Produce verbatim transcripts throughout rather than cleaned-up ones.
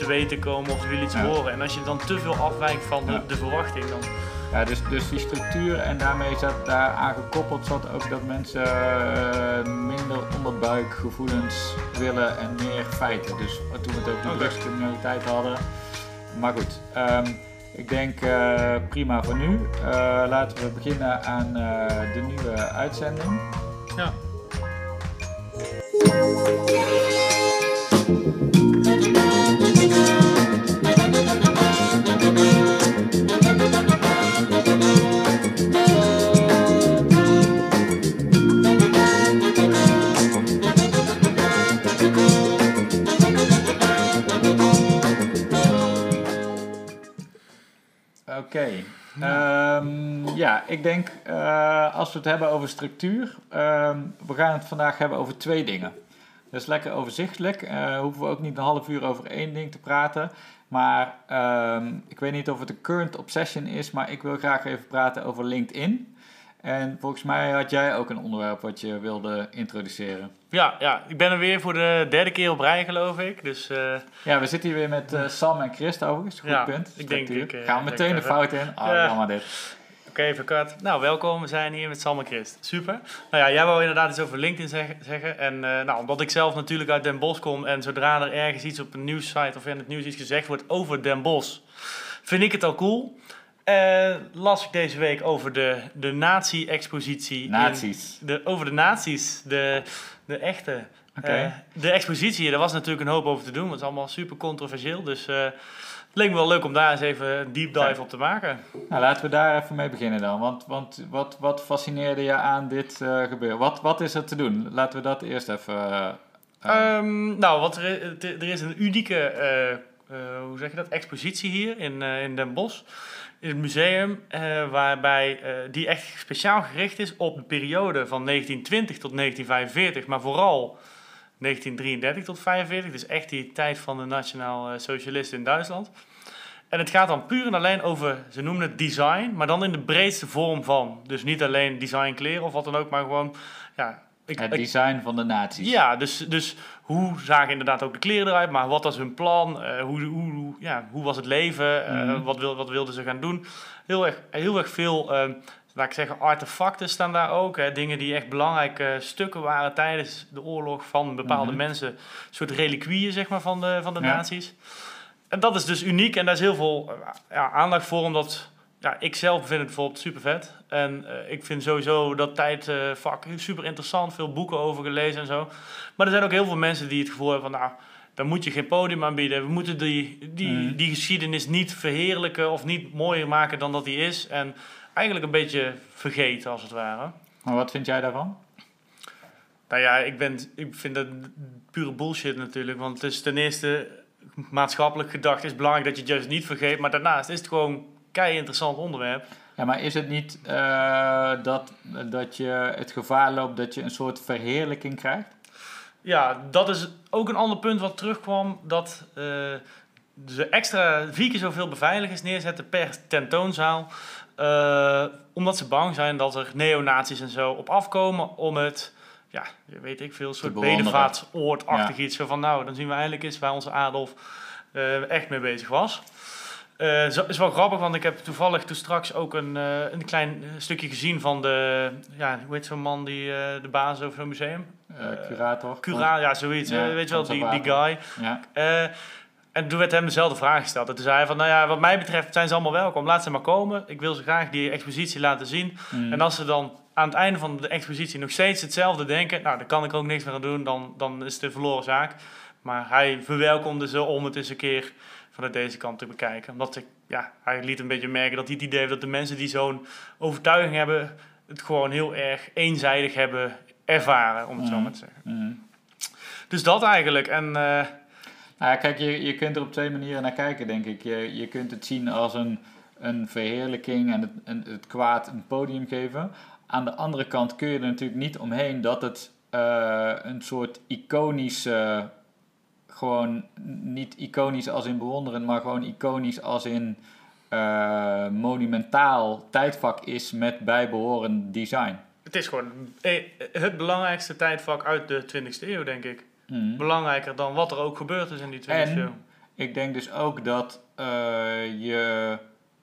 te weten komen of ze willen iets Ja. horen. En als je dan te veel afwijkt van de, Ja. de verwachting, dan... Ja, dus, dus die structuur en daarmee zat daar aan gekoppeld zat ook dat mensen uh, minder onderbuikgevoelens willen en meer feiten. Dus toen we het over de Okay. drugscriminaliteit hadden. Maar goed, um, ik denk uh, prima voor nu. Uh, laten we beginnen aan uh, de nieuwe uitzending. Ja. Oké, okay. um, ja, ik denk uh, als we het hebben over structuur, um, we gaan het vandaag hebben over twee dingen. Dat is lekker overzichtelijk, uh, hoeven we ook niet een half uur over één ding te praten. Maar um, ik weet niet of het een current obsession is, maar ik wil graag even praten over LinkedIn. En volgens mij had jij ook een onderwerp wat je wilde introduceren. Ja, ja, ik ben er weer voor de derde keer op rij, geloof ik. Dus, uh... Ja, we zitten hier weer met uh, Sam en Chris overigens. Goed ja, punt. Ik denk, ik, uh, Gaan we meteen de fout in? Ah, oh, ja. jammer dit. Oké, okay, even kort. Nou, welkom. We zijn hier met Sam en Chris. Super. Nou ja, jij wou inderdaad iets over LinkedIn zeg, zeggen. En uh, nou, omdat ik zelf natuurlijk uit Den Bosch kom en zodra er ergens iets op een nieuwssite of in het nieuws iets gezegd wordt over Den Bosch, vind ik het al cool. Uh, las ik deze week over de, de nazi-expositie. Nazi's. In de, over de nazi's, de, de echte. Okay. Uh, de expositie, daar was natuurlijk een hoop over te doen. Het is allemaal super controversieel. Dus uh, het leek me wel leuk om daar eens even een deep dive ja. op te maken. Nou, laten we daar even mee beginnen dan. Want, want wat, wat fascineerde je aan dit uh, gebeuren? Wat, wat is er te doen? Laten we dat eerst even... Uh, uh... Um, nou, wat er, er is een unieke uh, uh, hoe zeg je dat, expositie hier in, uh, in Den Bosch. In het museum, uh, waarbij uh, die echt speciaal gericht is op de periode van negentien twintig tot negentien vijfenveertig, maar vooral negentien drieëndertig tot vijfenveertig, dus echt die tijd van de nationaal uh, socialisten in Duitsland. En het gaat dan puur en alleen over, ze noemen het design, maar dan in de breedste vorm van. Dus niet alleen design kleren of wat dan ook, maar gewoon... Ja, ik, het design ik, van de nazi's. Ja, dus, dus hoe zagen inderdaad ook de kleren eruit, maar wat was hun plan? Uh, hoe, hoe, ja, hoe was het leven? Uh, mm. wat, wil, wat wilden ze gaan doen? Heel erg, heel erg veel, uh, laat ik zeggen, artefacten staan daar ook. Hè? Dingen die echt belangrijke stukken waren tijdens de oorlog van bepaalde mm-hmm. mensen. Een soort reliquieën, zeg maar, van de, van de ja. nazi's. En dat is dus uniek en daar is heel veel uh, ja, aandacht voor, omdat... Ja, ik zelf vind het bijvoorbeeld super vet. En uh, ik vind sowieso dat tijdvak uh, super interessant. Veel boeken over gelezen en zo. Maar er zijn ook heel veel mensen die het gevoel hebben van... nou, dan moet je geen podium aanbieden. We moeten die, die, mm. die geschiedenis niet verheerlijken of niet mooier maken dan dat die is. En eigenlijk een beetje vergeten, als het ware. Maar wat vind jij daarvan? Nou ja, ik, ben, ik vind dat pure bullshit natuurlijk. Want het is ten eerste maatschappelijk gedacht. Het is belangrijk dat je het juist niet vergeet. Maar daarnaast is het gewoon... kei interessant onderwerp. Ja, maar is het niet uh, dat, dat je het gevaar loopt dat je een soort verheerlijking krijgt? Ja, dat is ook een ander punt wat terugkwam. Dat uh, ze extra vier keer zoveel beveiligers neerzetten per tentoonzaal. Uh, omdat ze bang zijn dat er neonazies en zo op afkomen om het... Ja, weet ik veel, een soort bedevaartsoordachtig ja. iets. Zo van, nou, dan zien we eindelijk eens waar onze Adolf uh, echt mee bezig was. Het uh, is wel grappig, want ik heb toevallig toen straks ook een, uh, een klein stukje gezien van de... Ja, hoe heet zo'n man, die uh, de baas over zo'n museum? Uh, curator. Curator, ja, zoiets. Ja, uh, weet je wel, die, die guy. Ja. Uh, en toen werd hem dezelfde vraag gesteld. En toen zei hij van, nou ja, wat mij betreft zijn ze allemaal welkom. Laat ze maar komen. Ik wil ze graag die expositie laten zien. Mm. En als ze dan aan het einde van de expositie nog steeds hetzelfde denken... Nou, daar kan ik ook niks meer aan doen. Dan, dan is het een verloren zaak. Maar hij verwelkomde ze om het eens een keer... vanuit deze kant te bekijken. Omdat ik, ja, hij liet een beetje merken dat hij het idee heeft dat de mensen die zo'n overtuiging hebben, het gewoon heel erg eenzijdig hebben ervaren, om het mm. zo maar te zeggen. Mm. Dus dat eigenlijk. En, uh, nou ja, kijk, je, je kunt er op twee manieren naar kijken, denk ik. Je, je kunt het zien als een, een verheerlijking en het, en het kwaad een podium geven. Aan de andere kant kun je er natuurlijk niet omheen dat het uh, een soort iconische... gewoon niet iconisch als in bewonderend, maar gewoon iconisch als in uh, monumentaal tijdvak is met bijbehorend design. Het is gewoon het belangrijkste tijdvak uit de twintigste eeuw, denk ik. Mm. Belangrijker dan wat er ook gebeurd is in die twintigste eeuw. ik denk dus ook dat uh, je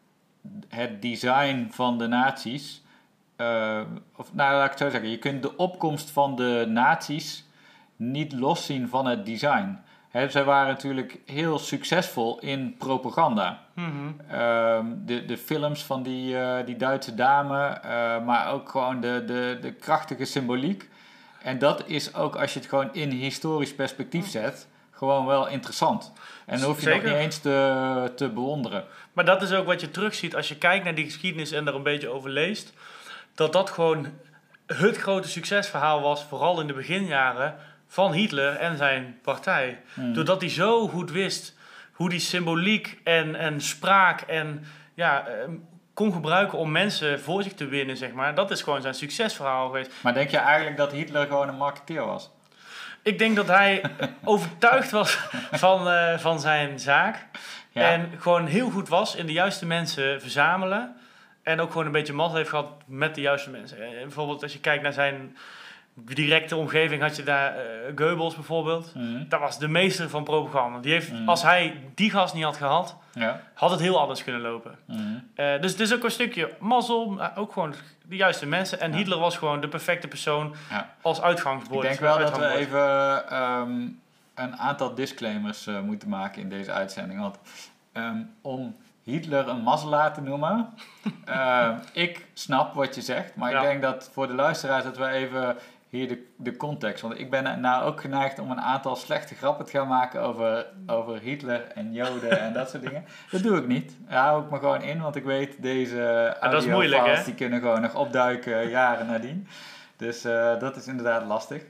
het design van de nazi's, uh, of nou laat ik het zo zeggen, je kunt de opkomst van de nazi's niet loszien van het design. He, zij waren natuurlijk heel succesvol in propaganda. Mm-hmm. Um, de, de films van die, uh, die Duitse dame, uh, maar ook gewoon de, de, de krachtige symboliek. En dat is ook, als je het gewoon in historisch perspectief zet, gewoon wel interessant. En dan hoef je Zeker. nog niet eens te, te bewonderen. Maar dat is ook wat je terugziet als je kijkt naar die geschiedenis en er een beetje over leest. Dat dat gewoon het grote succesverhaal was, vooral in de beginjaren, van Hitler en zijn partij. Mm. Doordat hij zo goed wist hoe die symboliek en, en spraak en ja, kon gebruiken om mensen voor zich te winnen, zeg maar. Dat is gewoon zijn succesverhaal geweest. Maar denk je eigenlijk dat Hitler gewoon een marketeer was? Ik denk dat hij overtuigd was van, uh, van zijn zaak. Ja. En gewoon heel goed was in de juiste mensen verzamelen. En ook gewoon een beetje mazzel heeft gehad met de juiste mensen. En bijvoorbeeld als je kijkt naar zijn directe omgeving, had je daar uh, Goebbels bijvoorbeeld. Mm-hmm. Dat was de meester van propaganda. Die heeft, mm-hmm. Als hij die gast niet had gehad, ja. had het heel anders kunnen lopen. Mm-hmm. Uh, dus het is ook een stukje mazzel, maar ook gewoon de juiste mensen. En ja. Hitler was gewoon de perfecte persoon ja. als uitgangsbord. Ik denk wel dat we even um, een aantal disclaimers uh, moeten maken in deze uitzending. Want um, om Hitler een mazzelaar te noemen, uh, ik snap wat je zegt. Maar ja. ik denk dat voor de luisteraars dat we even hier de, de context. Want ik ben nou ook geneigd om een aantal slechte grappen te gaan maken over, over Hitler en Joden en dat soort dingen. Dat doe ik niet. Daar hou ik me gewoon in, want ik weet deze audiofiles die kunnen gewoon nog opduiken jaren nadien. Dus uh, dat is inderdaad lastig.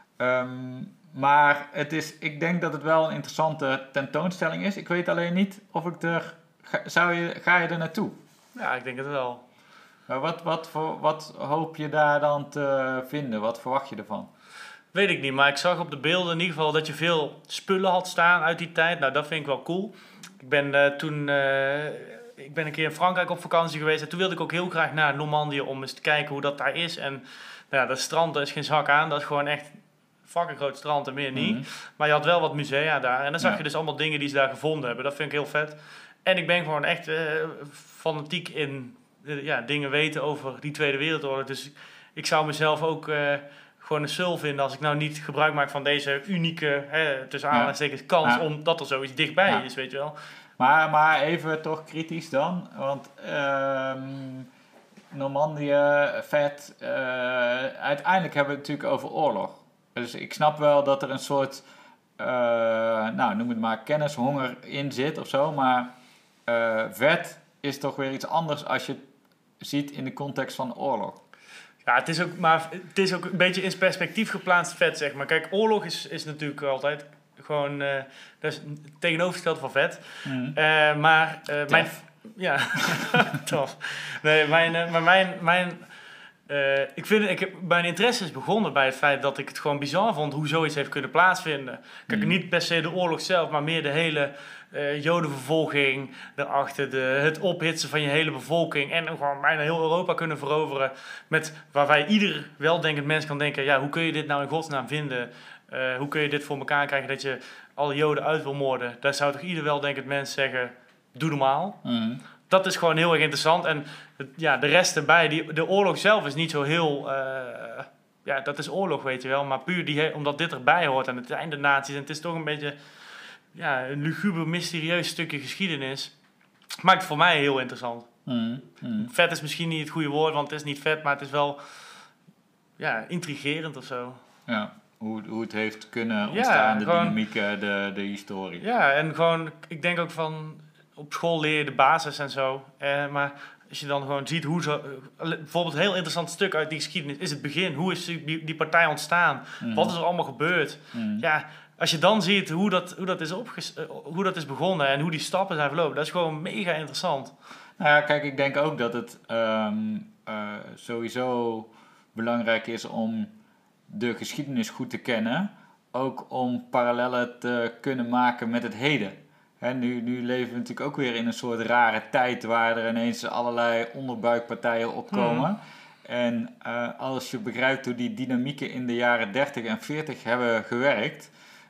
Um, maar het is, ik denk dat het wel een interessante tentoonstelling is. Ik weet alleen niet of ik er... Ga, zou je, ga je er naartoe? Ja, ik denk het wel. Maar wat, wat, voor, wat hoop je daar dan te vinden? Wat verwacht je ervan? Weet ik niet, maar ik zag op de beelden in ieder geval dat je veel spullen had staan uit die tijd. Nou, dat vind ik wel cool. Ik ben uh, toen... Uh, ik ben een keer in Frankrijk op vakantie geweest. En toen wilde ik ook heel graag naar Normandië om eens te kijken hoe dat daar is. En nou ja, dat strand, daar is geen zak aan. Dat is gewoon echt fucking groot strand en meer niet. Mm-hmm. Maar je had wel wat musea daar. En dan zag ja. je dus allemaal dingen die ze daar gevonden hebben. Dat vind ik heel vet. En ik ben gewoon echt uh, fanatiek in uh, ja, dingen weten over die Tweede Wereldoorlog. Dus ik zou mezelf ook uh, gewoon een sul vinden als ik nou niet gebruik maak van deze unieke, hè, tussen aanhalingstekens, kans ja. omdat er zoiets dichtbij ja. is, weet je wel. Maar, maar even toch kritisch dan, want um, Normandië, vet, uh, uiteindelijk hebben we het natuurlijk over oorlog. Dus ik snap wel dat er een soort, uh, nou noem het maar, kennishonger in zit of zo, maar uh, vet is toch weer iets anders als je het ziet in de context van oorlog. Ja, het is ook, maar het is ook een beetje in perspectief geplaatst vet, zeg maar. Kijk, oorlog is, is natuurlijk altijd gewoon, uh, dat is het tegenovergestelde van vet. Mm. Uh, maar uh, mijn... Ja, tof. Nee, mijn, uh, maar mijn... mijn Uh, ik vind, ik heb, mijn interesse is begonnen bij het feit dat ik het gewoon bizar vond hoe zoiets heeft kunnen plaatsvinden. Kijk, mm. niet per se de oorlog zelf, maar meer de hele uh, jodenvervolging daarachter, de, het ophitsen van je hele bevolking en gewoon bijna heel Europa kunnen veroveren. Met, waarbij ieder weldenkend mens kan denken, ja, hoe kun je dit nou in godsnaam vinden? Uh, hoe kun je dit voor elkaar krijgen dat je alle joden uit wil moorden? Daar zou toch ieder weldenkend mens zeggen, doe normaal. Mm. Dat is gewoon heel erg interessant. En ja, de rest erbij, die, de oorlog zelf is niet zo heel... Uh, ja, dat is oorlog, weet je wel. Maar puur die, omdat dit erbij hoort aan het einde nazi's. En het is toch een beetje ja, een luguber, mysterieus stukje geschiedenis. Maakt het voor mij heel interessant. Mm, mm. Vet is misschien niet het goede woord, want het is niet vet. Maar het is wel ja, intrigerend of zo. Ja, hoe, hoe het heeft kunnen ontstaan, ja, de gewoon, dynamiek, de, de historie. Ja, en gewoon, ik denk ook van... Op school leer je de basis en zo. Eh, maar als je dan gewoon ziet hoe zo... Uh, bijvoorbeeld een heel interessant stuk uit die geschiedenis is het begin. Hoe is die, die partij ontstaan? Mm. Wat is er allemaal gebeurd? Mm. Ja, als je dan ziet hoe dat, hoe, dat is opges- uh, hoe dat is begonnen en hoe die stappen zijn verlopen. Dat is gewoon mega interessant. Nou ja, kijk, ik denk ook dat het um, uh, sowieso belangrijk is om de geschiedenis goed te kennen. Ook om parallellen te kunnen maken met het heden. He, nu, nu leven we natuurlijk ook weer in een soort rare tijd waar er ineens allerlei onderbuikpartijen opkomen. Mm. En uh, als je begrijpt hoe die dynamieken in de jaren dertig en veertig hebben gewerkt,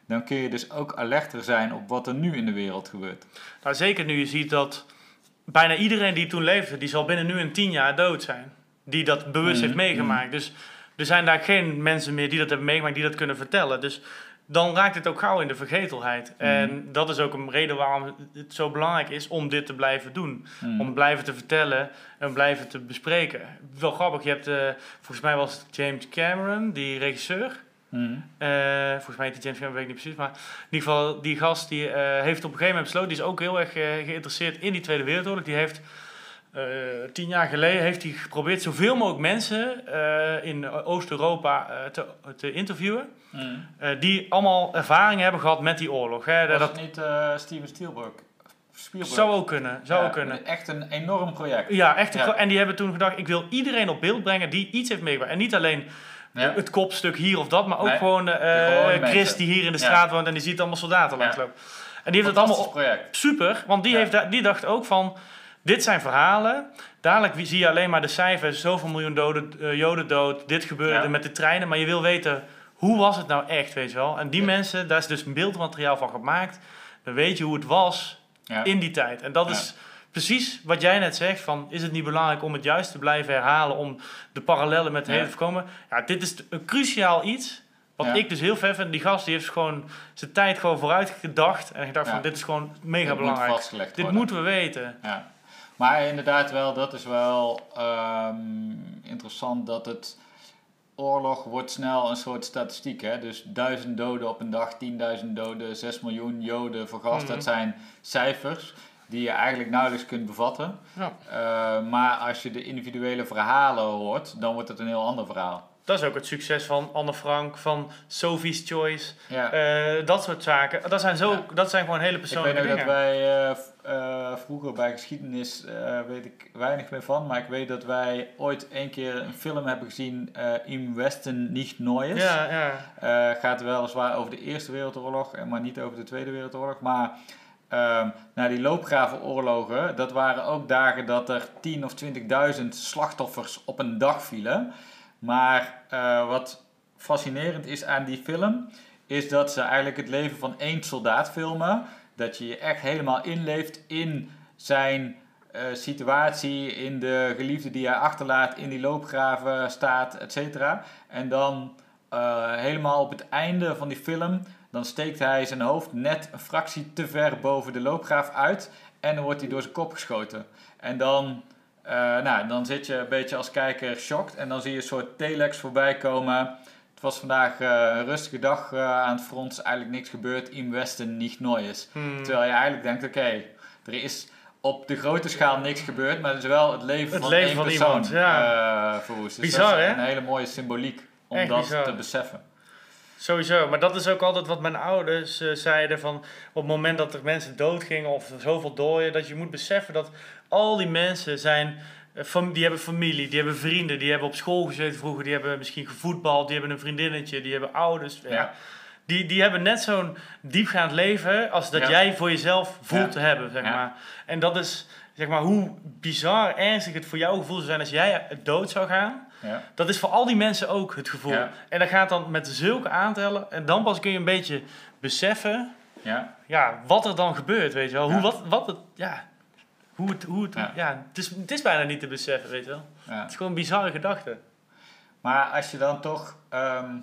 dan kun je dus ook alerter zijn op wat er nu in de wereld gebeurt. Nou, zeker nu je ziet dat bijna iedereen die toen leefde, die zal binnen nu een tien jaar dood zijn. Die dat bewust Mm, heeft meegemaakt. mm. Dus er zijn daar geen mensen meer die dat hebben meegemaakt, die dat kunnen vertellen. Dus dan raakt het ook gauw in de vergetelheid. Mm. En dat is ook een reden waarom het zo belangrijk is om dit te blijven doen. Mm. Om blijven te vertellen en blijven te bespreken. Wel grappig, je hebt, uh, volgens mij was het James Cameron, die regisseur. Mm. Uh, volgens mij heet die James Cameron, weet ik niet precies. Maar in ieder geval, die gast die uh, heeft op een gegeven moment besloten, die is ook heel erg uh, geïnteresseerd in die Tweede Wereldoorlog. Die heeft uh, tien jaar geleden heeft hij geprobeerd zoveel mogelijk mensen uh, in Oost-Europa uh, te, te interviewen. Mm. Uh, die allemaal ervaring hebben gehad met die oorlog. Hè. Was dat het niet uh, Steven Spielberg? Spielberg? zou ook kunnen. Zou Ja, ook kunnen. Echt een enorm project. Ja, echt. Een Ja. gro- En die hebben toen gedacht, ik wil iedereen op beeld brengen die iets heeft meegemaakt. En niet alleen Ja. het kopstuk hier of dat, maar ook Nee, gewoon uh, gewone Chris mensen. die hier in de Ja. straat woont en die ziet allemaal soldaten Ja. langslopen. En die heeft het allemaal Fantastisch project. super, want die, Ja. heeft, da- die dacht ook van, dit zijn verhalen. Dadelijk wie- zie je alleen maar de cijfers, zoveel miljoen doden, uh, Joden dood, dit gebeurde Ja. er met de treinen. Maar je wil weten, hoe was het nou echt, weet je wel? En die Ja. mensen, daar is dus een beeldmateriaal van gemaakt. Dan weet je hoe het was Ja. in die tijd. En dat Ja. is precies wat jij net zegt, van is het niet belangrijk om het juist te blijven herhalen, om de parallellen met het Ja. heden te voorkomen? Ja, dit is een cruciaal iets, wat Ja. ik dus heel vet vind. Die gast die heeft gewoon zijn tijd gewoon vooruit gedacht. En ik dacht Ja. van, dit is gewoon mega Dit moet belangrijk. vastgelegd Dit worden. moeten we weten. Ja. Maar inderdaad wel, dat is wel ehm, interessant dat het oorlog wordt snel een soort statistiek. Hè? Dus duizend doden op een dag, tienduizend doden, zes miljoen Joden vergast. Mhm. Dat zijn cijfers die je eigenlijk nauwelijks kunt bevatten. Ja. Uh, maar als je de individuele verhalen hoort, dan wordt het een heel ander verhaal. Dat is ook het succes van Anne Frank, van Sophie's Choice. Ja. Uh, dat soort zaken. Dat zijn, zo, Ja. dat zijn gewoon hele Ik persoonlijke weet nog dingen. dat wij uh, f- uh, vroeger bij geschiedenis, uh, weet ik weinig meer van, maar ik weet dat wij ooit een keer een film hebben gezien, uh, Im Westen nicht Neues. Ja, ja. Uh, gaat weliswaar over de Eerste Wereldoorlog, maar niet over de Tweede Wereldoorlog. Maar um, nou, die loopgravenoorlogen, dat waren ook dagen dat er tien of twintigduizend slachtoffers op een dag vielen. Maar uh, wat fascinerend is aan die film, is dat ze eigenlijk het leven van één soldaat filmen. Dat je je echt helemaal inleeft in zijn uh, situatie, in de geliefde die hij achterlaat, in die loopgraven staat, et cetera. En dan uh, helemaal op het einde van die film, dan steekt hij zijn hoofd net een fractie te ver boven de loopgraaf uit en dan wordt hij door zijn kop geschoten. En dan... Uh, nou, dan zit je een beetje als kijker shocked en dan zie je een soort telex voorbij komen. Het was vandaag uh, een rustige dag uh, aan het front, is eigenlijk niks gebeurd. Im Westen nicht Neues. Hmm. Terwijl je eigenlijk denkt, oké, okay, er is op de grote schaal niks gebeurd, maar het is wel het leven Het van leven één van persoon iemand, ja. uh, verwoest. Dus Bizar, dat is hè? een hele mooie symboliek om Echt dat bizar. te beseffen. Sowieso, maar dat is ook altijd wat mijn ouders uh, zeiden van op het moment dat er mensen doodgingen of er zoveel dooien, dat je moet beseffen dat al die mensen zijn, uh, fam- die hebben familie, die hebben vrienden, die hebben op school gezeten vroeger, die hebben misschien gevoetbald, die hebben een vriendinnetje, die hebben ouders. Ja. Ja. Die, die hebben net zo'n diepgaand leven als dat Ja. jij voor jezelf voelt Ja. te hebben, zeg Ja. maar. En dat is, zeg maar, hoe bizar ernstig het voor jouw gevoel zou zijn als jij dood zou gaan. Ja. Dat is voor al die mensen ook het gevoel. Ja. En dat gaat dan met zulke aantallen. En dan pas kun je een beetje beseffen Ja. ja, wat er dan gebeurt, weet je wel. Ja. Hoe, wat, wat het, ja, hoe het, hoe het, Ja. ja. het, is, het is bijna niet te beseffen, weet je wel. Ja. Het is gewoon een bizarre gedachte. Maar als je dan toch... Um,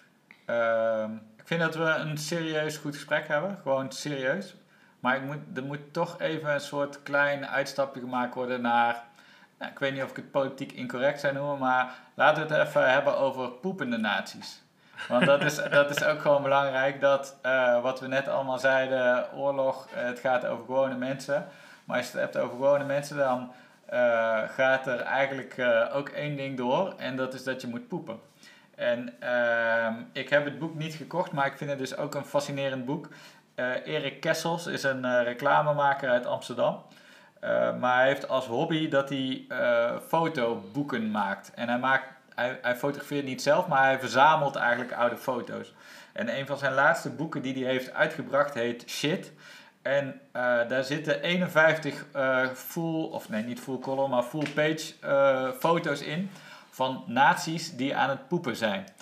um, ik vind dat we een serieus goed gesprek hebben. Gewoon serieus. Maar ik moet, er moet toch even een soort klein uitstapje gemaakt worden naar... Nou, ik weet niet of ik het politiek incorrect zou noemen, maar laten we het even hebben over poepende naties. Want dat is, dat is ook gewoon belangrijk, dat uh, wat we net allemaal zeiden, oorlog, uh, het gaat over gewone mensen. Maar als je het hebt over gewone mensen, dan uh, gaat er eigenlijk uh, ook één ding door en dat is dat je moet poepen. En uh, ik heb het boek niet gekocht, maar ik vind het dus ook een fascinerend boek. Uh, Erik Kessels is een uh, reclamemaker uit Amsterdam. Uh, maar hij heeft als hobby dat hij uh, fotoboeken maakt. En hij, maakt, hij, hij fotografeert niet zelf, maar hij verzamelt eigenlijk oude foto's. En een van zijn laatste boeken die hij heeft uitgebracht heet Shit. En uh, daar zitten eenenvijftig uh, full, of nee niet full color, maar full page uh, foto's in van nazi's die aan het poepen zijn.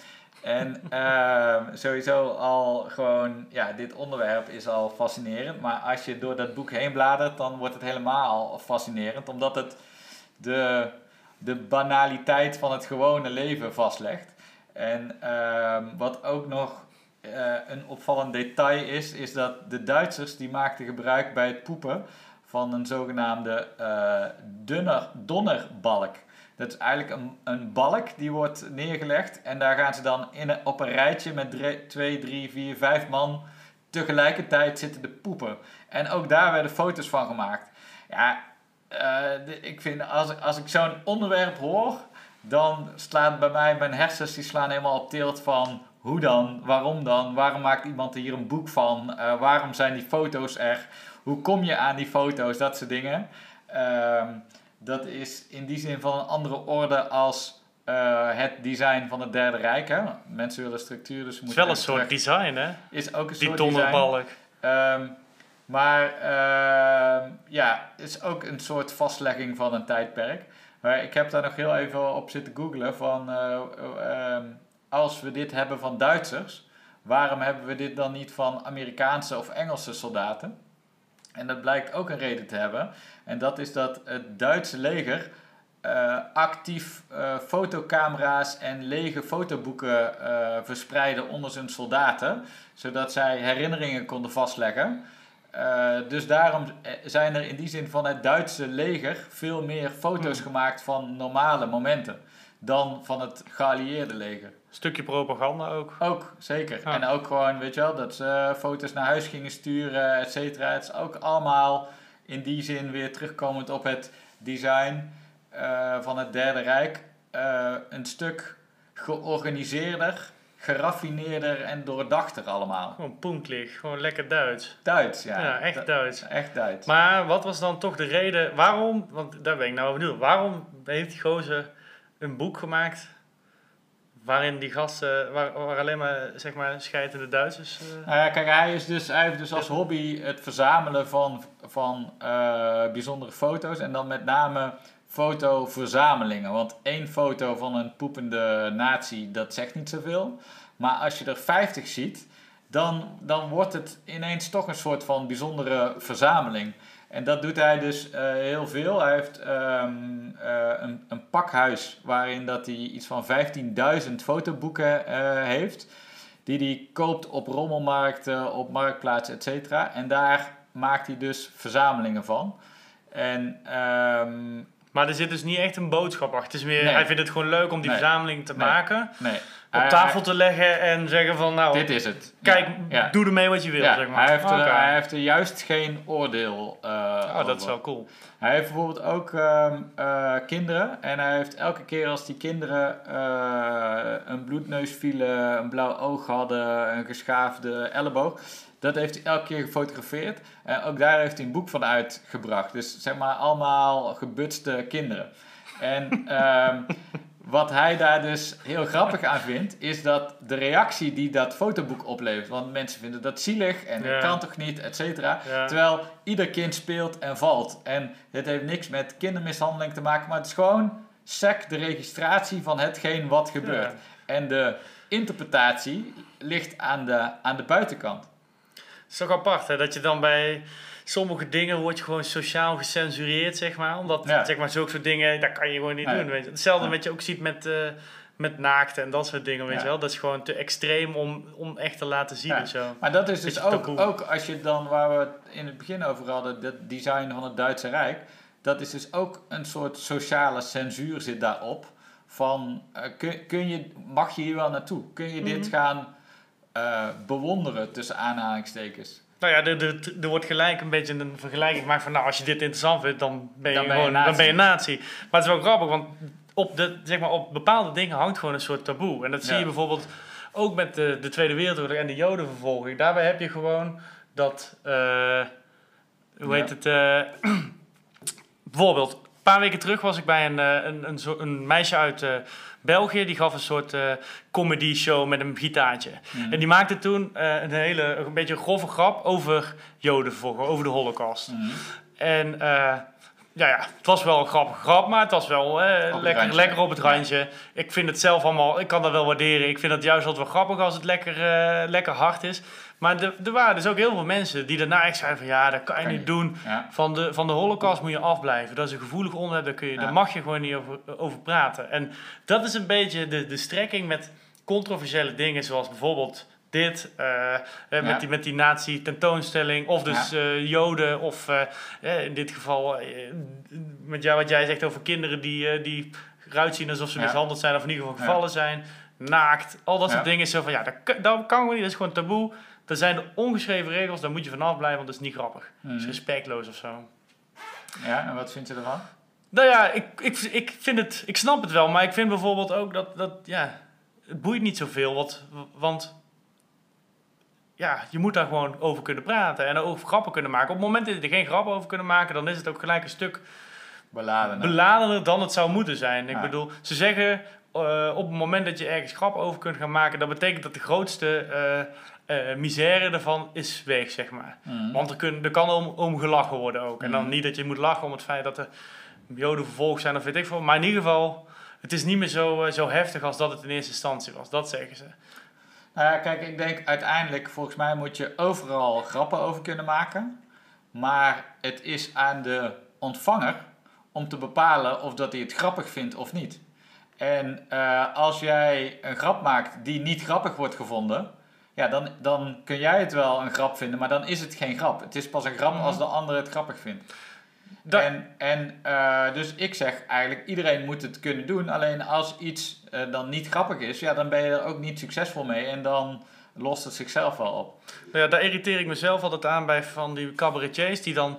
En uh, sowieso al gewoon, ja, dit onderwerp is al fascinerend. Maar als je door dat boek heen bladert, dan wordt het helemaal fascinerend. Omdat het de, de banaliteit van het gewone leven vastlegt. En uh, wat ook nog uh, een opvallend detail is, is dat de Duitsers die maakten gebruik bij het poepen van een zogenaamde uh, dunner, donnerbalk. Dat is eigenlijk een, een balk die wordt neergelegd en daar gaan ze dan in een, op een rijtje met drie, twee, drie, vier, vijf man tegelijkertijd zitten te poepen. En ook daar werden foto's van gemaakt. Ja, uh, de, ik vind als, als ik zo'n onderwerp hoor, dan slaat bij mij mijn hersens die slaan helemaal op tilt van hoe dan, waarom dan, waarom maakt iemand hier een boek van, uh, waarom zijn die foto's er, hoe kom je aan die foto's, dat soort dingen. Uh, dat is in die zin van een andere orde als uh, het design van het Derde Rijk. Hè? Mensen willen structuur, dus het is wel een soort terug. design, hè? Is ook een die soort donderbalk. design. Um, maar uh, ja, het is ook een soort vastlegging van een tijdperk. Maar ik heb daar nog heel even op zitten googlen van uh, uh, um, als we dit hebben van Duitsers, waarom hebben we dit dan niet van Amerikaanse of Engelse soldaten? En dat blijkt ook een reden te hebben. En dat is dat het Duitse leger uh, actief uh, fotocamera's en lege fotoboeken uh, verspreidde onder zijn soldaten. Zodat zij herinneringen konden vastleggen. Uh, dus daarom zijn er in die zin van het Duitse leger veel meer foto's hmm. gemaakt van normale momenten dan van het geallieerde leger. Stukje propaganda ook. Ook, zeker. Ja. En ook gewoon, weet je wel, dat ze foto's naar huis gingen sturen, et cetera. Het is ook allemaal in die zin weer terugkomend op het design uh, van het Derde Rijk. Uh, een stuk georganiseerder, geraffineerder en doordachter allemaal. Gewoon poenklig, gewoon lekker Duits. Duits, ja. Ja, echt Du- Duits. Echt Duits. Maar wat was dan toch de reden, waarom, want daar ben ik nou benieuwd, waarom heeft die gozer een boek gemaakt waarin die gasten, waar, waar alleen maar, zeg maar, scheidende Duitsers... Uh... Nou ja, kijk, hij, is dus, hij heeft dus als hobby het verzamelen van, van uh, bijzondere foto's en dan met name fotoverzamelingen. Want één foto van een poepende nazi, dat zegt niet zoveel. Maar als je er vijftig ziet, dan, dan wordt het ineens toch een soort van bijzondere verzameling. En dat doet hij dus uh, heel veel. Hij heeft um, uh, een, een pakhuis waarin dat hij iets van vijftienduizend fotoboeken uh, heeft. Die hij koopt op rommelmarkten, op marktplaatsen, et cetera. En daar maakt hij dus verzamelingen van. En, um, maar er zit dus niet echt een boodschap achter. Het is meer, nee. Hij vindt het gewoon leuk om die nee. verzameling te nee. maken. Nee. Op hij, tafel hij, te leggen en zeggen van nou, dit is het. Kijk, ja. doe ermee wat je wil. Ja. Zeg maar. hij, heeft, okay. uh, hij heeft er juist geen oordeel uh, oh, over. dat is wel cool. Hij heeft bijvoorbeeld ook uh, uh, kinderen. En hij heeft elke keer als die kinderen uh, een bloedneus vielen, een blauw oog hadden, een geschaafde elleboog. Dat heeft hij elke keer gefotografeerd. En ook daar heeft hij een boek van uitgebracht. Dus zeg maar allemaal gebutste kinderen. En uh, wat hij daar dus heel grappig aan vindt, is dat de reactie die dat fotoboek oplevert. Want mensen vinden dat zielig en dat ja. kan toch niet, et cetera. Ja. Terwijl ieder kind speelt en valt. En het heeft niks met kindermishandeling te maken, maar het is gewoon sec de registratie van hetgeen wat gebeurt. Ja. En de interpretatie ligt aan de, aan de buitenkant. Het is toch apart, hè? Dat je dan bij sommige dingen word je gewoon sociaal gecensureerd, zeg maar. Omdat, ja. zeg maar, zulke soort dingen, dat kan je gewoon niet nee. doen, weet je. Hetzelfde ja. wat je ook ziet met, uh, met naakten en dat soort dingen, weet ja. je wel. Dat is gewoon te extreem om, om echt te laten zien ja. of zo. Maar dat is dus ook, ook als je dan, waar we het in het begin over hadden, dat design van het Duitse Rijk, dat is dus ook een soort sociale censuur zit daarop. Van, uh, kun, kun je, mag je hier wel naartoe? Kun je dit mm-hmm. gaan uh, bewonderen, tussen aanhalingstekens? Nou ja, er, er, er wordt gelijk een beetje een vergelijking gemaakt van, nou, als je dit interessant vindt, dan ben je, dan ben gewoon, je dan ben je een nazi. Maar het is wel grappig, want op, de, zeg maar, op bepaalde dingen hangt gewoon een soort taboe. En dat zie ja. je bijvoorbeeld ook met de, de Tweede Wereldoorlog en de Jodenvervolging. Daarbij heb je gewoon dat, uh, hoe heet ja. het, uh, bijvoorbeeld, een paar weken terug was ik bij een, een, een, een, een meisje uit uh, België. Die gaf een soort uh, comedy show met een gitaartje. Mm. En die maakte toen uh, een hele, een beetje een grove grap over Jodenvervolging, over de Holocaust. Mm. En uh, Ja, ja, het was wel een grappige grap, maar het was wel eh, het lekker, randje. lekker op het randje. Ja. Ik vind het zelf allemaal, ik kan dat wel waarderen. Ik vind het juist altijd wel grappig als het lekker, uh, lekker hard is. Maar er, er waren dus ook heel veel mensen die daarna echt zeiden van ja, dat kan je Kan niet je. doen. Ja. Van de, van de Holocaust moet je afblijven. Dat is een gevoelig onderwerp, daar, kun je, Ja. daar mag je gewoon niet over, over praten. En dat is een beetje de, de strekking met controversiële dingen zoals bijvoorbeeld dit, uh, uh, met, Ja. die, met die nazi-tentoonstelling, of dus Ja. uh, Joden, of uh, uh, in dit geval uh, met jou, wat jij zegt over kinderen die, uh, die eruit zien alsof ze Ja. mishandeld zijn, of in ieder geval Ja. gevallen zijn, naakt, al dat soort Ja. dingen. Zo van, ja, dat, kan- dat kan gewoon niet, dat is gewoon taboe. Er zijn de ongeschreven regels, daar moet je vanaf blijven, want dat is niet grappig. Mhm. Dat is respectloos of zo. Ja, en wat vindt u ervan? Nou ja, ik, ik, ik vind het, ik snap het wel, maar ik vind bijvoorbeeld ook dat, dat ja, het boeit niet zoveel, wat, want ja, je moet daar gewoon over kunnen praten en over grappen kunnen maken. Op het moment dat je er geen grappen over kunnen maken, dan is het ook gelijk een stuk Beladen. beladener dan het zou moeten zijn. Ik Ja. bedoel, ze zeggen uh, op het moment dat je ergens grappen over kunt gaan maken, dat betekent dat de grootste uh, uh, misère ervan is weg, zeg maar. Mhm. Want er, kun, er kan om, om gelachen worden ook. En dan Mhm. niet dat je moet lachen om het feit dat er Joden vervolgd zijn of weet ik veel. Maar in ieder geval, het is niet meer zo, uh, zo heftig als dat het in eerste instantie was. Dat zeggen ze. Nou ja, kijk, ik denk uiteindelijk, volgens mij moet je overal grappen over kunnen maken. Maar het is aan de ontvanger om te bepalen of dat hij het grappig vindt of niet. En uh, als jij een grap maakt die niet grappig wordt gevonden, ja, dan, dan kun jij het wel een grap vinden, maar dan is het geen grap. Het is pas een grap als de ander het grappig vindt. Da- En, en uh, dus ik zeg eigenlijk, iedereen moet het kunnen doen. Alleen als iets uh, dan niet grappig is, ja, dan ben je er ook niet succesvol mee. En dan lost het zichzelf wel op. Nou ja, daar irriteer ik mezelf altijd aan bij van die cabaretiers die dan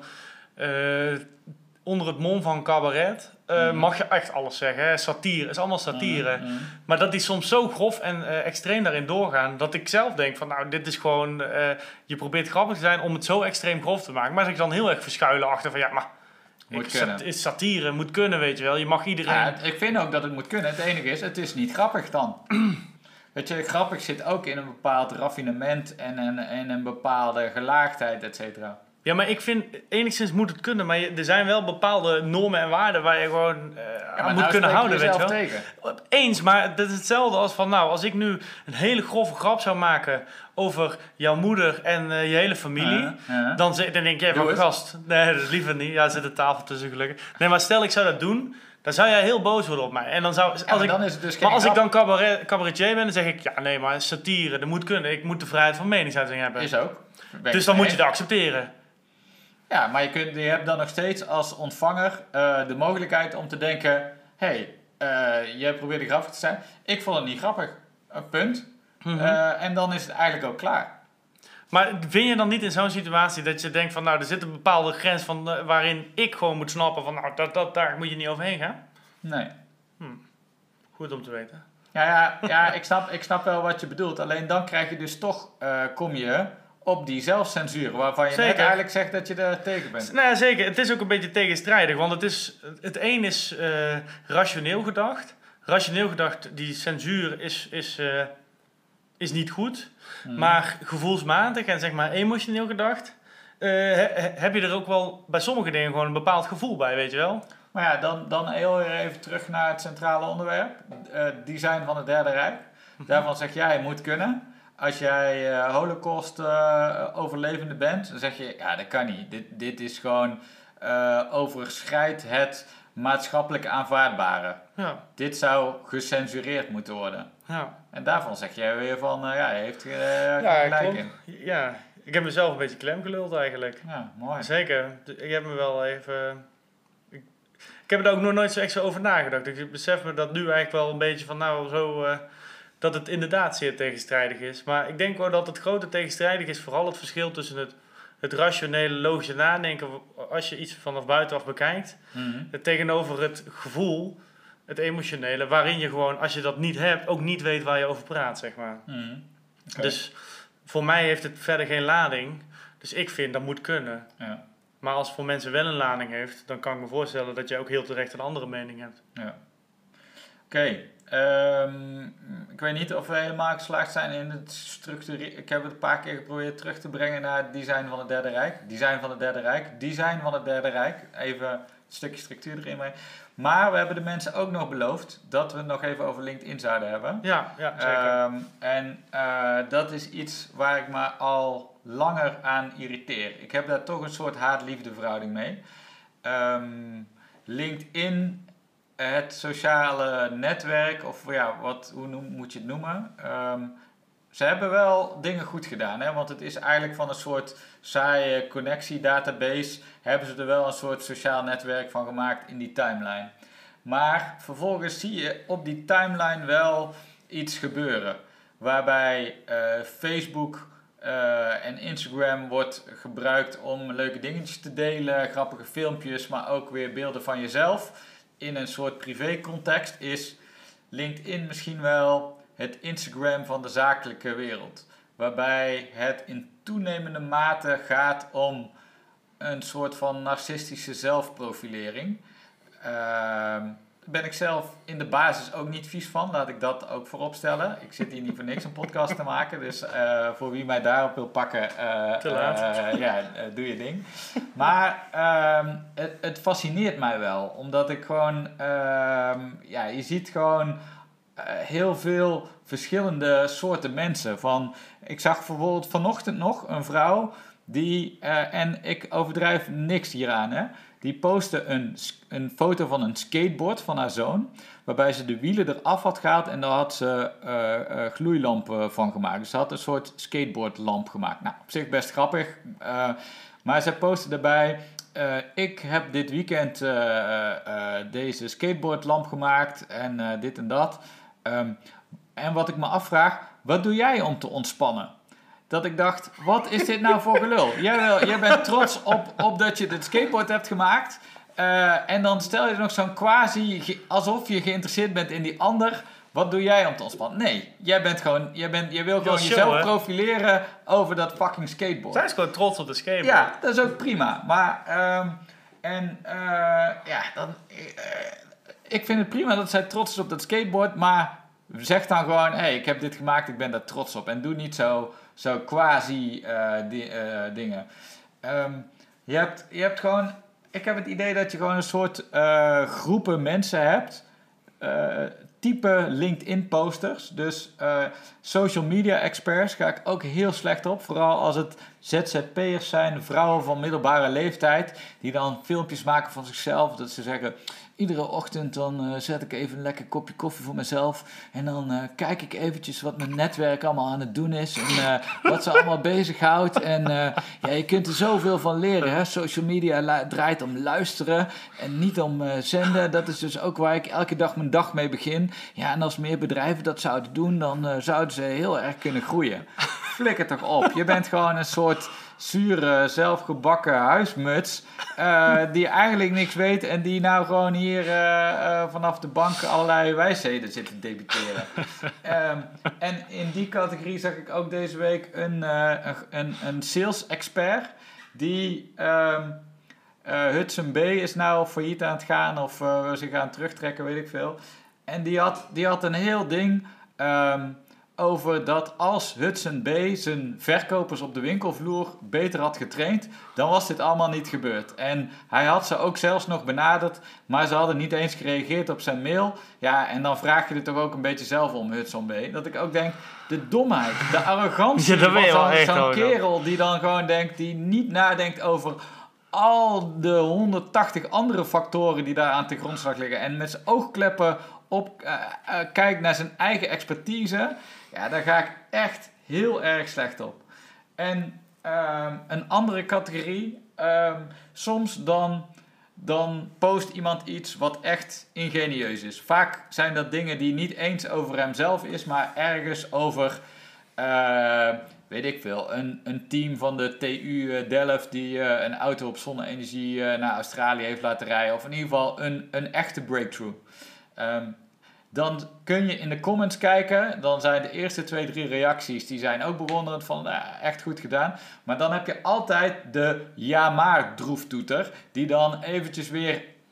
uh, onder het mom van cabaret uh, mm-hmm. mag je echt alles zeggen. Hè? Satire, is allemaal satire. Mm-hmm. Maar dat die soms zo grof en uh, extreem daarin doorgaan, dat ik zelf denk van nou, dit is gewoon, uh, je probeert grappig te zijn om het zo extreem grof te maken. Maar als ik dan heel erg verschuilen achter van ja, maar moet ik, sat- is satire, moet kunnen, weet je wel. Je mag iedereen... Ja, ik vind ook dat het moet kunnen. Het enige is, het is niet grappig dan. Weet je, grappig zit ook in een bepaald raffinement en een, en een bepaalde gelaagdheid, et cetera. Ja, maar ik vind, enigszins moet het kunnen, maar je, er zijn wel bepaalde normen en waarden waar je gewoon uh, ja, aan moet nou kunnen houden, weet je wel. Tegen. Eens, maar dat is hetzelfde als van, nou, als ik nu een hele grove grap zou maken over jouw moeder en uh, je hele familie, uh, uh. dan, dan denk jij van, gast, nee, dat is liever niet. Ja, er zit een tafel tussen gelukkig. Nee, maar stel ik zou dat doen, dan zou jij heel boos worden op mij. En dan zou, als ja, maar ik, dan is het dus geen maar als grap. ik dan cabaret, cabaretier ben, dan zeg ik, ja, nee, maar satire, dat moet kunnen. Ik moet de vrijheid van meningsuiting hebben. Is ook. Dus dan moet je dat accepteren. Ja, maar je, kunt, je hebt dan nog steeds als ontvanger uh, de mogelijkheid om te denken, hé, hey, uh, jij probeerde grappig te zijn. Ik vond het niet grappig. Uh, punt. Mm-hmm. Uh, en dan is het eigenlijk ook klaar. Maar vind je dan niet in zo'n situatie dat je denkt van, nou, er zit een bepaalde grens van, uh, waarin ik gewoon moet snappen van, nou, dat, dat, daar moet je niet overheen gaan? Nee. Hm. Goed om te weten. Ja, ja, ja ik, snap, ik snap wel wat je bedoelt. Alleen dan krijg je dus toch, uh, kom je op die zelfcensuur, waarvan je zeker. net eigenlijk zegt dat je er tegen bent. Nou ja, zeker. Het is ook een beetje tegenstrijdig, want het is, het een is uh, rationeel gedacht. Rationeel gedacht, die censuur is, is, uh, is niet goed. Hmm. Maar gevoelsmatig en zeg maar emotioneel gedacht, uh, he, heb je er ook wel bij sommige dingen gewoon een bepaald gevoel bij, weet je wel? Maar ja, dan, dan heel even terug naar het centrale onderwerp. Uh, design van het Derde Rijk. Daarvan zeg jij, moet kunnen. Als jij uh, holocaust uh, overlevende bent, dan zeg je, ja, dat kan niet. Dit, dit is gewoon, uh, overschrijdt het maatschappelijk aanvaardbare. Ja. Dit zou gecensureerd moeten worden. Ja. En daarvan zeg jij weer van, uh, ja, hij heeft uh, ja, gelijk klopt. in. Ja, ik heb mezelf een beetje klem geluld eigenlijk. Ja, mooi. Zeker. Ik heb me wel even... Ik, ik heb er ook nog nooit zo echt zo over nagedacht. Ik besef me dat nu eigenlijk wel een beetje van, nou, zo... Uh, dat het inderdaad zeer tegenstrijdig is. Maar ik denk wel dat het grote tegenstrijdig is vooral het verschil tussen het, het rationele, logische nadenken als je iets vanaf buitenaf bekijkt, Mm-hmm. tegenover het gevoel, het emotionele, waarin je gewoon, als je dat niet hebt, ook niet weet waar je over praat, zeg maar. Mm-hmm. Okay. Dus voor mij heeft het verder geen lading. Dus ik vind dat moet kunnen. Ja. Maar als het voor mensen wel een lading heeft, dan kan ik me voorstellen dat je ook heel terecht een andere mening hebt. Ja. Okay. Um, ik weet niet of we helemaal geslaagd zijn in het structureren. Ik heb het een paar keer geprobeerd terug te brengen naar het design van het Derde Rijk. Design van het Derde Rijk. Design van het Derde Rijk. Even een stukje structuur erin mee. Maar we hebben de mensen ook nog beloofd dat we het nog even over LinkedIn zouden hebben. Ja, ja zeker. Um, en uh, dat is iets waar ik me al langer aan irriteer. Ik heb daar toch een soort haat-liefde verhouding mee. Um, LinkedIn... Het sociale netwerk, of ja, wat, hoe noem, moet je het noemen? Um, ze hebben wel dingen goed gedaan, hè? Want het is eigenlijk van een soort saaie connectiedatabase, hebben ze er wel een soort sociaal netwerk van gemaakt in die timeline. Maar vervolgens zie je op die timeline wel iets gebeuren, waarbij uh, Facebook uh, en Instagram wordt gebruikt om leuke dingetjes te delen, grappige filmpjes, maar ook weer beelden van jezelf. In een soort privé-context is LinkedIn misschien wel het Instagram van de zakelijke wereld. Waarbij het in toenemende mate gaat om een soort van narcistische zelfprofilering. Uh, Daar ben ik zelf in de basis ook niet vies van, laat ik dat ook voorop stellen. Ik zit hier niet voor niks een podcast te maken, dus uh, voor wie mij daarop wil pakken, uh, te laat. Uh, ja, uh, doe je ding. Maar uh, het, het fascineert mij wel, omdat ik gewoon, uh, ja, je ziet gewoon uh, heel veel verschillende soorten mensen. Van, ik zag bijvoorbeeld vanochtend nog een vrouw die, uh, en ik overdrijf niks hieraan, hè. Die postte een, een foto van een skateboard van haar zoon, waarbij ze de wielen eraf had gehaald en daar had ze uh, uh, gloeilampen van gemaakt. Dus ze had een soort skateboardlamp gemaakt. Nou, op zich best grappig, uh, maar ze postte daarbij, uh, ik heb dit weekend uh, uh, deze skateboardlamp gemaakt en uh, dit en dat. Um, en wat ik me afvraag, wat doe jij om te ontspannen? Dat ik dacht, wat is dit nou voor gelul? Jij, wil, jij bent trots op, op dat je dit skateboard hebt gemaakt. Uh, en dan stel je er nog zo'n quasi, alsof je geïnteresseerd bent in die ander. Wat doe jij om te ontspannen? Nee, jij bent gewoon, jij, bent, jij wil gewoon show, jezelf hè? profileren over dat fucking skateboard. Zij is gewoon trots op de skateboard. Ja, dat is ook prima. Maar, um, en uh, ja, dan, uh, ik vind het prima dat zij trots is op dat skateboard. Maar zeg dan gewoon, hé, hey, ik heb dit gemaakt, ik ben daar trots op. En doe niet zo... Zo quasi uh, di- uh, dingen. Um, je, hebt, je hebt gewoon... Ik heb het idee dat je gewoon een soort uh, groepen mensen hebt. Uh, type LinkedIn-posters. Dus uh, social media experts ga ik ook heel slecht op. Vooral als het Z Z P'ers zijn, vrouwen van middelbare leeftijd. Die dan filmpjes maken van zichzelf. Dat ze zeggen... Iedere ochtend dan uh, zet ik even een lekker kopje koffie voor mezelf. En dan uh, kijk ik eventjes wat mijn netwerk allemaal aan het doen is. En uh, wat ze allemaal bezighoudt. En uh, ja, je kunt er zoveel van leren. Hè? Social media lu- draait om luisteren en niet om uh, zenden. Dat is dus ook waar ik elke dag mijn dag mee begin. Ja, en als meer bedrijven dat zouden doen, dan uh, zouden ze heel erg kunnen groeien. Flikker toch op. Je bent gewoon een soort zure, zelfgebakken huismuts. Uh, die eigenlijk niks weet en die nou gewoon hier uh, uh, vanaf de bank allerlei wijsheden zit te debiteren. um, en in die categorie zag ik ook deze week een, uh, een, een sales expert die um, uh, Hudson B is nou failliet aan het gaan of uh, ze gaan terugtrekken, weet ik veel. En die had, die had een heel ding um, over dat als Hudson B zijn verkopers op de winkelvloer beter had getraind, dan was dit allemaal niet gebeurd. En hij had ze ook zelfs nog benaderd, maar ze hadden niet eens gereageerd op zijn mail. Ja, en dan vraag je er toch ook een beetje zelf om, Hudson B. Dat ik ook denk, de domheid, de arrogantie ja, van zo'n, zo'n kerel die dan gewoon denkt, die niet nadenkt over al de honderdtachtig andere factoren die daar aan ten grondslag liggen en met zijn oogkleppen op uh, uh, kijkt naar zijn eigen expertise. Ja, daar ga ik echt heel erg slecht op. En um, een andere categorie. Um, soms dan, dan post iemand iets wat echt ingenieus is. Vaak zijn dat dingen die niet eens over hemzelf is, maar ergens over, uh, weet ik veel, een, een team van de T U Delft die uh, een auto op zonne-energie uh, naar Australië heeft laten rijden. Of in ieder geval een, een echte breakthrough. Um, Dan kun je in de comments kijken. Dan zijn de eerste twee, drie reacties, die zijn ook bewonderend van, nou, echt goed gedaan. Maar dan heb je altijd de ja maar droeftoeter, die dan eventjes weer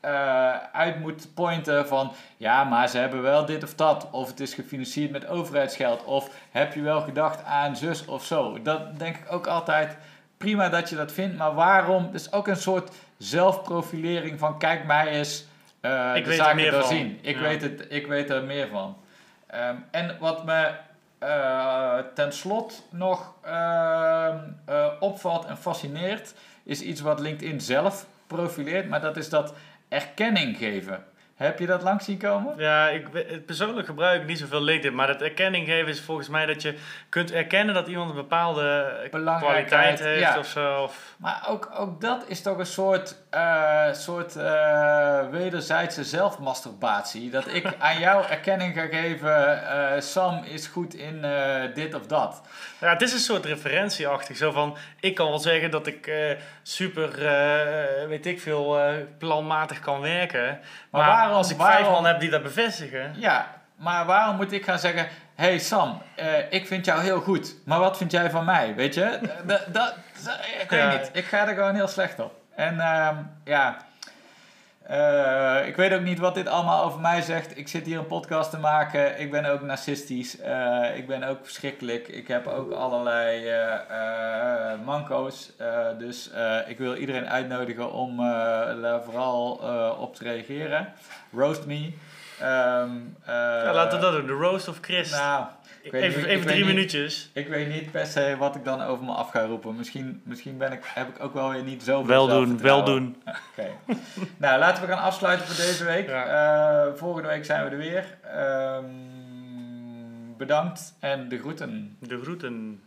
uh, uit moet pointen van... ja, maar ze hebben wel dit of dat. Of het is gefinancierd met overheidsgeld. Of heb je wel gedacht aan zus of zo. Dat denk ik ook altijd prima dat je dat vindt. Maar waarom? Het is ook een soort zelfprofilering van... kijk mij eens uh, ik de weet zaken er meer doorzien. van. Ik, Ja. weet het, ik weet er meer van. Um, en wat me... Uh, ten slot nog uh, uh, opvalt en fascineert, is iets wat LinkedIn zelf profileert, maar dat is dat erkenning geven. Heb je dat langs zien komen? Ja, ik, persoonlijk gebruik ik niet zoveel LinkedIn, maar dat erkenning geven is volgens mij dat je kunt erkennen dat iemand een bepaalde kwaliteit heeft ja. of zo. Of... Maar ook, ook dat is toch een soort, uh, soort uh, wederzijdse zelfmasturbatie. Dat ik aan jou erkenning ga geven, uh, Sam is goed in uh, dit of dat. Ja, het is een soort referentieachtig. Zo van, ik kan wel zeggen dat ik uh, super, uh, weet ik veel, uh, planmatig kan werken. Maar, maar waarom, als ik waarom, vijf man heb die dat bevestigen... Ja, maar waarom moet ik gaan zeggen... hey Sam, uh, ik vind jou heel goed. Maar wat vind jij van mij, weet je? dat, dat, ik weet ja. niet. Ik ga er gewoon heel slecht op. En uh, ja... Uh, ik weet ook niet wat dit allemaal over mij zegt. Ik zit hier een podcast te maken. Ik ben ook narcistisch. Uh, ik ben ook verschrikkelijk. Ik heb ook allerlei uh, uh, manco's. Uh, dus uh, ik wil iedereen uitnodigen om uh, daar vooral uh, op te reageren. Roast me. Um, uh, ja, laten we dat doen. De roast of Chris. Nou, ik weet even niet, even ik drie weet minuutjes. Niet, ik weet niet per se wat ik dan over me af ga roepen. Misschien, misschien ben ik, heb ik ook wel weer niet zoveel Wel doen, wel doen. Oké. Okay. Nou, laten we gaan afsluiten voor deze week. Ja. Uh, volgende week zijn we er weer. Um, bedankt en de groeten. De groeten.